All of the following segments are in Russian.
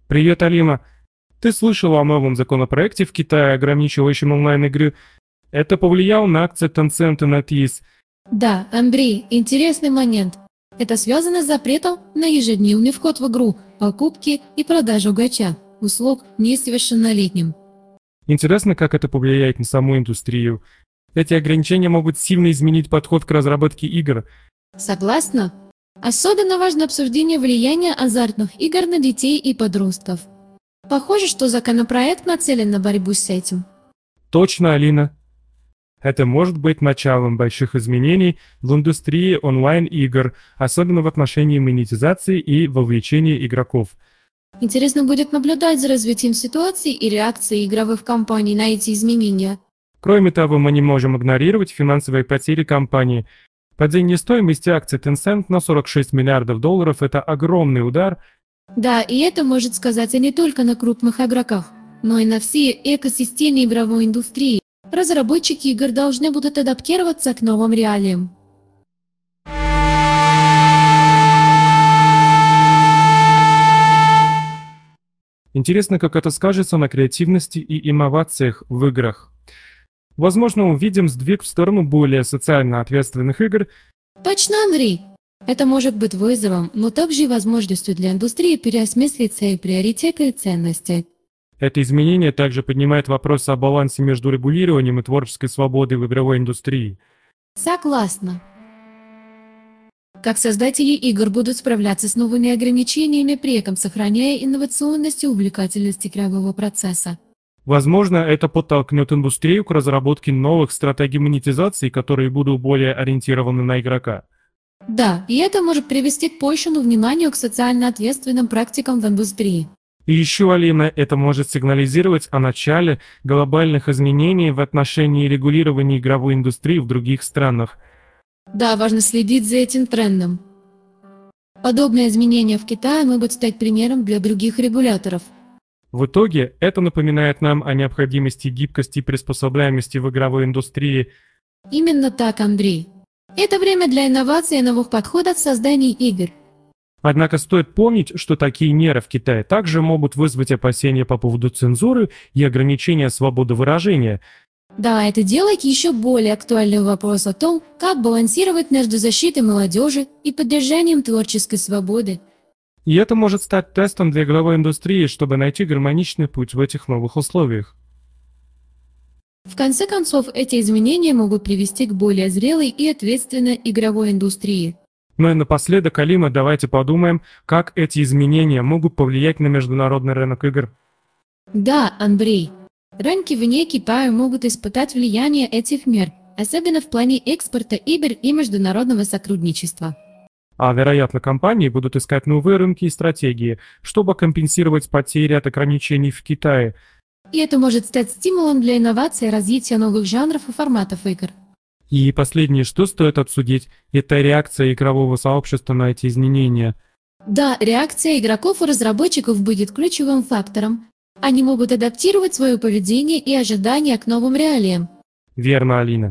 Привет, Алина. Ты слышала о новом законопроекте в Китае, ограничивающем онлайн-игры? Это повлияло на акции Tencent и NetEase. Да, Андрей, интересный момент. Это связано с запретом на ежедневный вход в игру, покупки и продажу гача, услуг несовершеннолетним. Интересно, как это повлияет на саму индустрию. Эти ограничения могут сильно изменить подход к разработке игр. Согласна? Особенно важно обсуждение влияния азартных игр на детей и подростков. Похоже, что законопроект нацелен на борьбу с этим. Точно, Алина. Это может быть началом больших изменений в индустрии онлайн-игр, особенно в отношении монетизации и вовлечения игроков. Интересно будет наблюдать за развитием ситуации и реакцией игровых компаний на эти изменения. Кроме того, мы не можем игнорировать финансовые потери компании. Падение стоимости акций Tencent на 46 миллиардов долларов – это огромный удар. Да, и это может сказаться не только на крупных игроках, но и на всей экосистеме игровой индустрии. Разработчики игр должны будут адаптироваться к новым реалиям. Интересно, как это скажется на креативности и инновациях в играх. Возможно, увидим сдвиг в сторону более социально ответственных игр. Точно, Андрей. Это может быть вызовом, но также и возможностью для индустрии переосмыслить свои приоритеты и ценности. Это изменение также поднимает вопрос о балансе между регулированием и творческой свободой в игровой индустрии. Согласна. Как создатели игр будут справляться с новыми ограничениями, при этом сохраняя инновационность и увлекательность игрового процесса. Возможно, это подтолкнет индустрию к разработке новых стратегий монетизации, которые будут более ориентированы на игрока. Да, и это может привести к большему вниманию к социально ответственным практикам в индустрии. И еще, Алина, это может сигнализировать о начале глобальных изменений в отношении регулирования игровой индустрии в других странах. Да, важно следить за этим трендом. Подобные изменения в Китае могут стать примером для других регуляторов. В итоге, это напоминает нам о необходимости гибкости и приспособляемости в игровой индустрии. Именно так, Андрей. Это время для инноваций и новых подходов в создании игр. Однако стоит помнить, что такие меры в Китае также могут вызвать опасения по поводу цензуры и ограничения свободы выражения. Да, это делает еще более актуальным вопрос о том, как балансировать между защитой молодежи и поддержанием творческой свободы. И это может стать тестом для игровой индустрии, чтобы найти гармоничный путь в этих новых условиях. В конце концов, эти изменения могут привести к более зрелой и ответственной игровой индустрии. Ну и напоследок, Алина, давайте подумаем, как эти изменения могут повлиять на международный рынок игр. Да, Андрей. Рынки вне Китая могут испытать влияние этих мер, особенно в плане экспорта игр и международного сотрудничества. А вероятно, компании будут искать новые рынки и стратегии, чтобы компенсировать потери от ограничений в Китае. И это может стать стимулом для инноваций и развития новых жанров и форматов игр. И последнее, что стоит обсудить, это реакция игрового сообщества на эти изменения. Да, реакция игроков и разработчиков будет ключевым фактором. Они могут адаптировать свое поведение и ожидания к новым реалиям. Верно, Алина.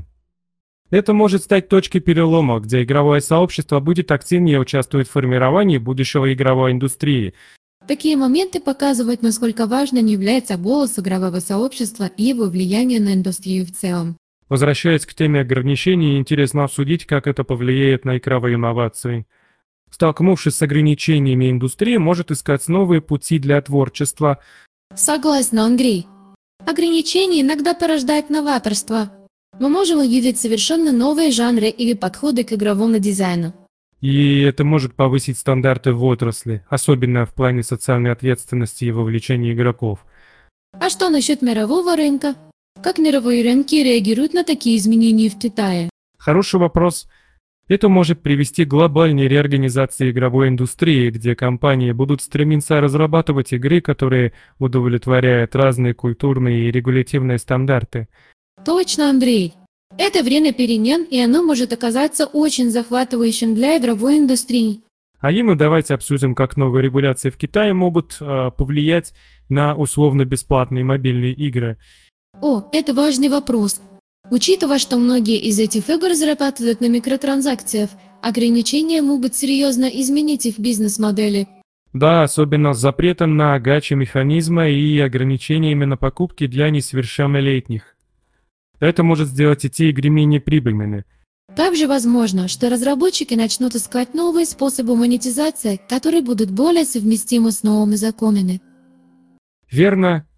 Это может стать точкой перелома, где игровое сообщество будет активнее участвовать в формировании будущего игровой индустрии. Такие моменты показывают, насколько важным является голос игрового сообщества и его влияние на индустрию в целом. Возвращаясь к теме ограничений, интересно обсудить, как это повлияет на игровые инновации. Столкнувшись с ограничениями, индустрия может искать новые пути для творчества. Согласна, Андрей. Ограничения иногда порождают новаторство. Мы можем увидеть совершенно новые жанры или подходы к игровому дизайну. И это может повысить стандарты в отрасли, особенно в плане социальной ответственности и вовлечения игроков. А что насчет мирового рынка? Как мировые рынки реагируют на такие изменения в Китае? Хороший вопрос. Это может привести к глобальной реорганизации игровой индустрии, где компании будут стремиться разрабатывать игры, которые удовлетворяют разные культурные и регулятивные стандарты. Точно, Андрей. Это время перемен, и оно может оказаться очень захватывающим для игровой индустрии. Давайте обсудим, как новые регуляции в Китае могут повлиять на условно-бесплатные мобильные игры. О, это важный вопрос. Учитывая, что многие из этих игр зарабатывают на микротранзакциях, ограничения могут серьезно изменить их бизнес-модели. Да, особенно с запретом на гачи-механизмы и ограничениями на покупки для несовершеннолетних. Это может сделать эти игры менее прибыльными. Также возможно, что разработчики начнут искать новые способы монетизации, которые будут более совместимы с новыми законами. Верно.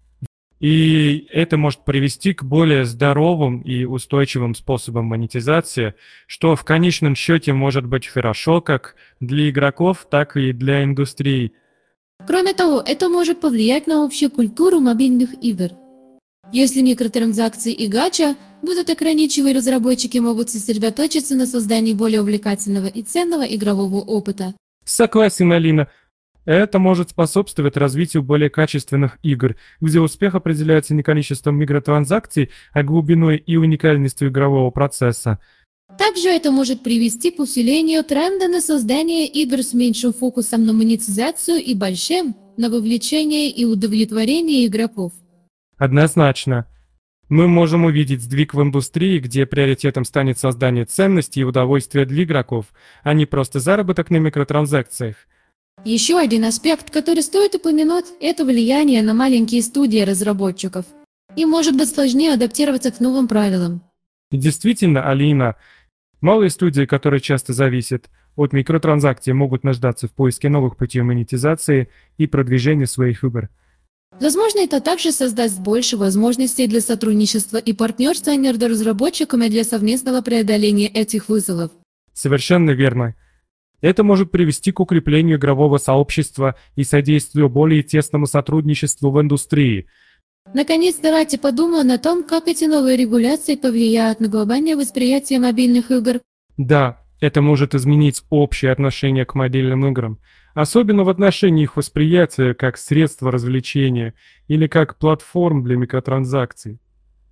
И это может привести к более здоровым и устойчивым способам монетизации, что в конечном счете может быть хорошо как для игроков, так и для индустрии. Кроме того, это может повлиять на общую культуру мобильных игр. Если микротранзакции и гача будут ограничивать, разработчики могут сосредоточиться на создании более увлекательного и ценного игрового опыта. Согласен, Алина. Это может способствовать развитию более качественных игр, где успех определяется не количеством микротранзакций, а глубиной и уникальностью игрового процесса. Также это может привести к усилению тренда на создание игр с меньшим фокусом на монетизацию и большим на вовлечение и удовлетворение игроков. Однозначно. Мы можем увидеть сдвиг в индустрии, где приоритетом станет создание ценностей и удовольствия для игроков, а не просто заработок на микротранзакциях. Еще один аспект, который стоит упомянуть, это влияние на маленькие студии разработчиков. Им может быть сложнее адаптироваться к новым правилам. И действительно, Алина, малые студии, которые часто зависят от микротранзакций, могут нуждаться в поиске новых путей монетизации и продвижения своих игр. Возможно, это также создаст больше возможностей для сотрудничества и партнерства между разработчиками для совместного преодоления этих вызовов. Совершенно верно. Это может привести к укреплению игрового сообщества и содействию более тесному сотрудничеству в индустрии. Наконец, давайте подумаем о том, как эти новые регуляции повлияют на глобальное восприятие мобильных игр. Да, это может изменить общее отношение к мобильным играм, особенно в отношении их восприятия как средства развлечения или как платформ для микротранзакций.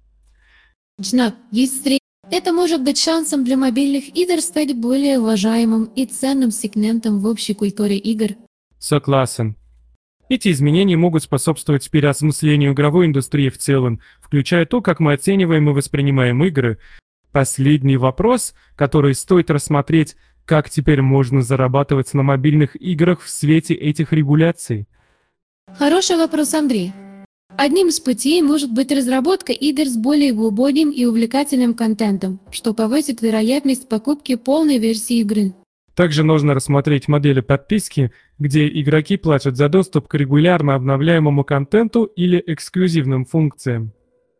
Это может быть шансом для мобильных игр стать более уважаемым и ценным сегментом в общей культуре игр. Согласен. Эти изменения могут способствовать переосмыслению игровой индустрии в целом, включая то, как мы оцениваем и воспринимаем игры. Последний вопрос, который стоит рассмотреть, как теперь можно зарабатывать на мобильных играх в свете этих регуляций. Хороший вопрос, Андрей. Одним из путей может быть разработка игр с более глубоким и увлекательным контентом, что повысит вероятность покупки полной версии игры. Также нужно рассмотреть модели подписки, где игроки платят за доступ к регулярно обновляемому контенту или эксклюзивным функциям.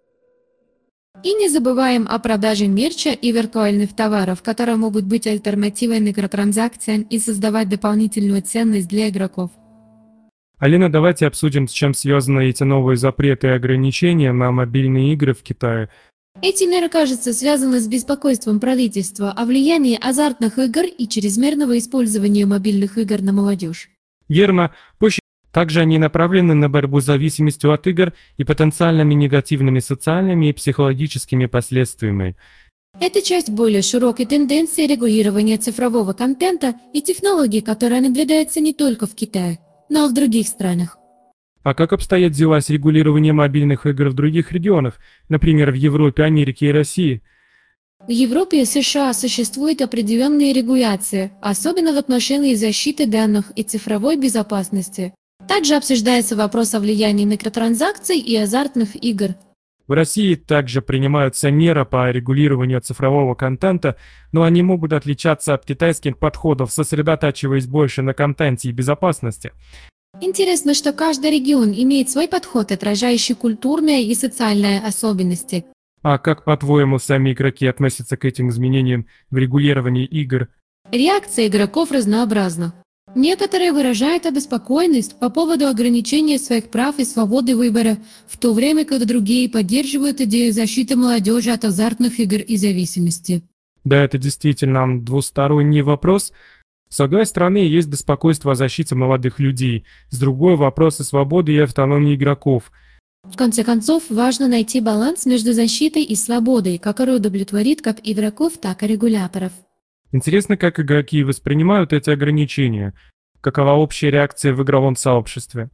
И не забываем о продаже мерча и виртуальных товаров, которые могут быть альтернативой микротранзакциям и создавать дополнительную ценность для игроков. Алина, давайте обсудим, с чем связаны эти новые запреты и ограничения на мобильные игры в Китае. Эти меры, кажется, связаны с беспокойством правительства о влиянии азартных игр и чрезмерного использования мобильных игр на молодежь. Верно, также они направлены на борьбу с зависимостью от игр и потенциальными негативными социальными и психологическими последствиями. Это часть более широкой тенденции регулирования цифрового контента и технологий, которая наблюдается не только в Китае, но и в других странах. А как обстоят дела с регулированием мобильных игр в других регионах, например, в Европе, Америке и России? В Европе и США существуют определенные регуляции, особенно в отношении защиты данных и цифровой безопасности. Также обсуждается вопрос о влиянии микротранзакций и азартных игр. В России также принимаются меры по регулированию цифрового контента, но они могут отличаться от китайских подходов, сосредотачиваясь больше на контенте и безопасности. Интересно, что каждый регион имеет свой подход, отражающий культурные и социальные особенности. А как, по-твоему, сами игроки относятся к этим изменениям в регулировании игр? Реакция игроков разнообразна. Некоторые выражают обеспокоенность по поводу ограничения своих прав и свободы выбора, в то время как другие поддерживают идею защиты молодежи от азартных игр и зависимости. Да, это действительно двусторонний вопрос. С одной стороны, есть беспокойство о защите молодых людей, с другой – вопросы свободы и автономии игроков. В конце концов, важно найти баланс между защитой и свободой, который удовлетворит как игроков, так и регуляторов. Интересно, как игроки воспринимают эти ограничения. Какова общая реакция в игровом сообществе?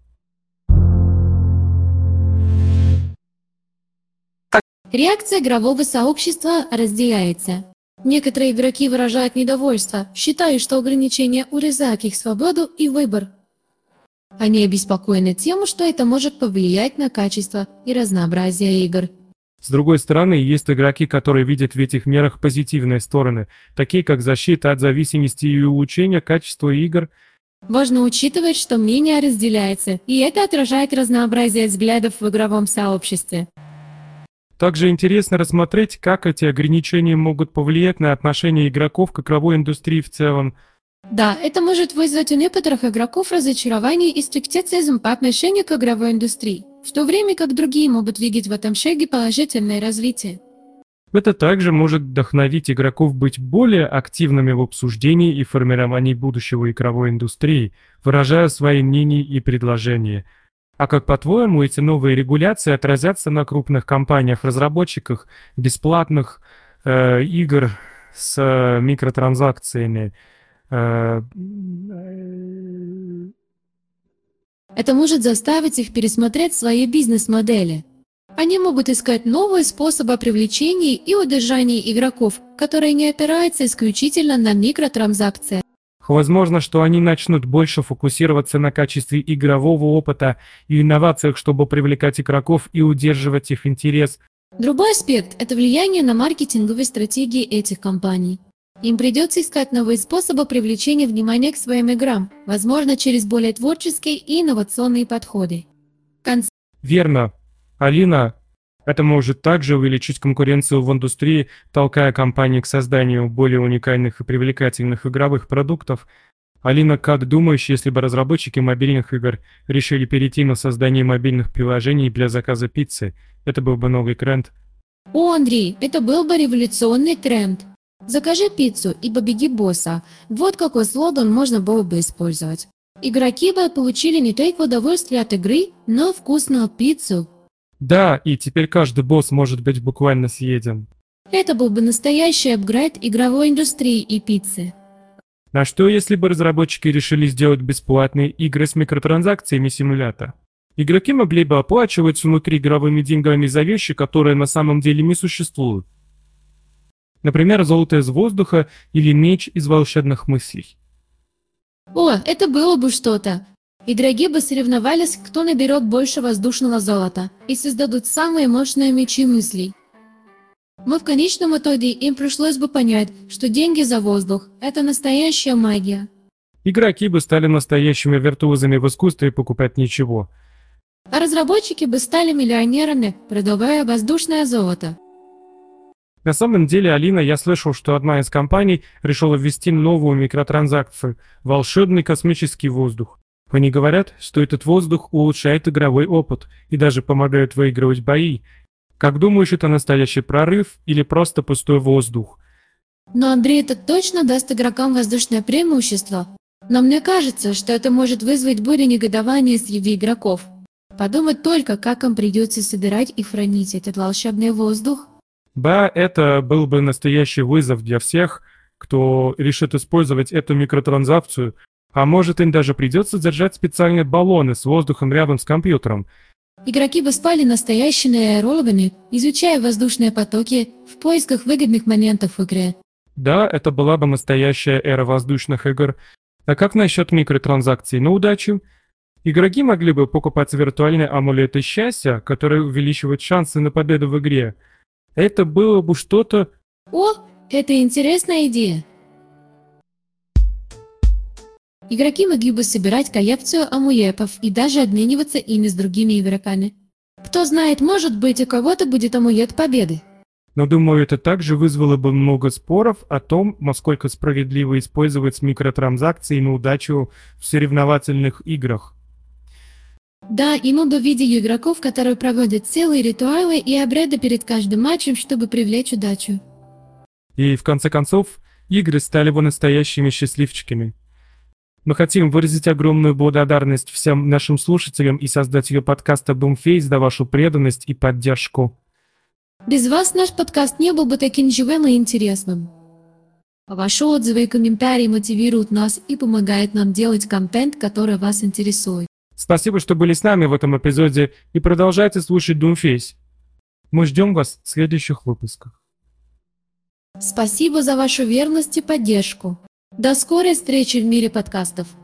Реакция игрового сообщества разделяется. Некоторые игроки выражают недовольство, считая, что ограничения урезают их свободу и выбор. Они обеспокоены тем, что это может повлиять на качество и разнообразие игр. С другой стороны, есть игроки, которые видят в этих мерах позитивные стороны, такие как защита от зависимости и улучшение качества игр. Важно учитывать, что мнение разделяется, и это отражает разнообразие взглядов в игровом сообществе. Также интересно рассмотреть, как эти ограничения могут повлиять на отношение игроков к игровой индустрии в целом. Да, это может вызвать у некоторых игроков разочарование и скептицизм по отношению к игровой индустрии, в то время как другие могут видеть в этом шаге положительное развитие. Это также может вдохновить игроков быть более активными в обсуждении и формировании будущего игровой индустрии, выражая свои мнения и предложения. А как по-твоему эти новые регуляции отразятся на крупных компаниях-разработчиках бесплатных игр с микротранзакциями? Э, Это может заставить их пересмотреть свои бизнес-модели. Они могут искать новые способы привлечения и удержания игроков, которые не опираются исключительно на микротранзакции. Возможно, что они начнут больше фокусироваться на качестве игрового опыта и инновациях, чтобы привлекать игроков и удерживать их интерес. Другой аспект – это влияние на маркетинговые стратегии этих компаний. Им придется искать новые способы привлечения внимания к своим играм, возможно, через более творческие и инновационные подходы. Верно. Алина, это может также увеличить конкуренцию в индустрии, толкая компании к созданию более уникальных и привлекательных игровых продуктов. Алина, как думаешь, если бы разработчики мобильных игр решили перейти на создание мобильных приложений для заказа пиццы, это был бы новый тренд? О, Андрей, это был бы революционный тренд. Закажи пиццу и побеги босса. Вот какой слоган можно было бы использовать. Игроки бы получили не только удовольствие от игры, но и вкусную пиццу. Да, и теперь каждый босс может быть буквально съеден. Это был бы настоящий апгрейд игровой индустрии и пиццы. А что если бы разработчики решили сделать бесплатные игры с микротранзакциями симулятора? Игроки могли бы оплачивать внутриигровыми деньгами за вещи, которые на самом деле не существуют. Например, золото из воздуха или меч из волшебных мыслей. О, это было бы что-то. Игроки бы соревновались, кто наберет больше воздушного золота, и создадут самые мощные мечи мыслей. Но в конечном итоге им пришлось бы понять, что деньги за воздух – это настоящая магия. Игроки бы стали настоящими виртуозами в искусстве и покупать ничего. А разработчики бы стали миллионерами, продавая воздушное золото. На самом деле, Алина, я слышал, что одна из компаний решила ввести новую микротранзакцию – волшебный космический воздух. Они говорят, что этот воздух улучшает игровой опыт и даже помогает выигрывать бои. Как думаешь, это настоящий прорыв или просто пустой воздух? Но Андрей, это точно даст игрокам воздушное преимущество. Но мне кажется, что это может вызвать бурю негодования среди игроков. Подумать только, как им придется собирать и хранить этот волшебный воздух. Да, это был бы настоящий вызов для всех, кто решит использовать эту микротранзакцию, а может им даже придется держать специальные баллоны с воздухом рядом с компьютером. Игроки бы спали настоящими аэрологами, изучая воздушные потоки в поисках выгодных моментов в игре. Да, это была бы настоящая эра воздушных игр. А как насчет микротранзакций на удачу? Игроки могли бы покупать виртуальные амулеты счастья, которые увеличивают шансы на победу в игре. Это было бы что-то... О, это интересная идея. Игроки могли бы собирать коллекцию амулетов и даже обмениваться ими с другими игроками. Кто знает, может быть, у кого-то будет амулет победы. Но думаю, это также вызвало бы много споров о том, насколько справедливо использовать микротранзакции на удачу в соревновательных играх. Да, и много видео игроков, которые проводят целые ритуалы и обряды перед каждым матчем, чтобы привлечь удачу. И в конце концов, игры стали бы настоящими счастливчиками. Мы хотим выразить огромную благодарность всем нашим слушателям и создателю подкаста Doomface за вашу преданность и поддержку. Без вас наш подкаст не был бы таким живым и интересным. Ваши отзывы и комментарии мотивируют нас и помогают нам делать контент, который вас интересует. Спасибо, что были с нами в этом эпизоде и продолжайте слушать Doomface. Мы ждем вас в следующих выпусках. Спасибо за вашу верность и поддержку. До скорой встречи в мире подкастов.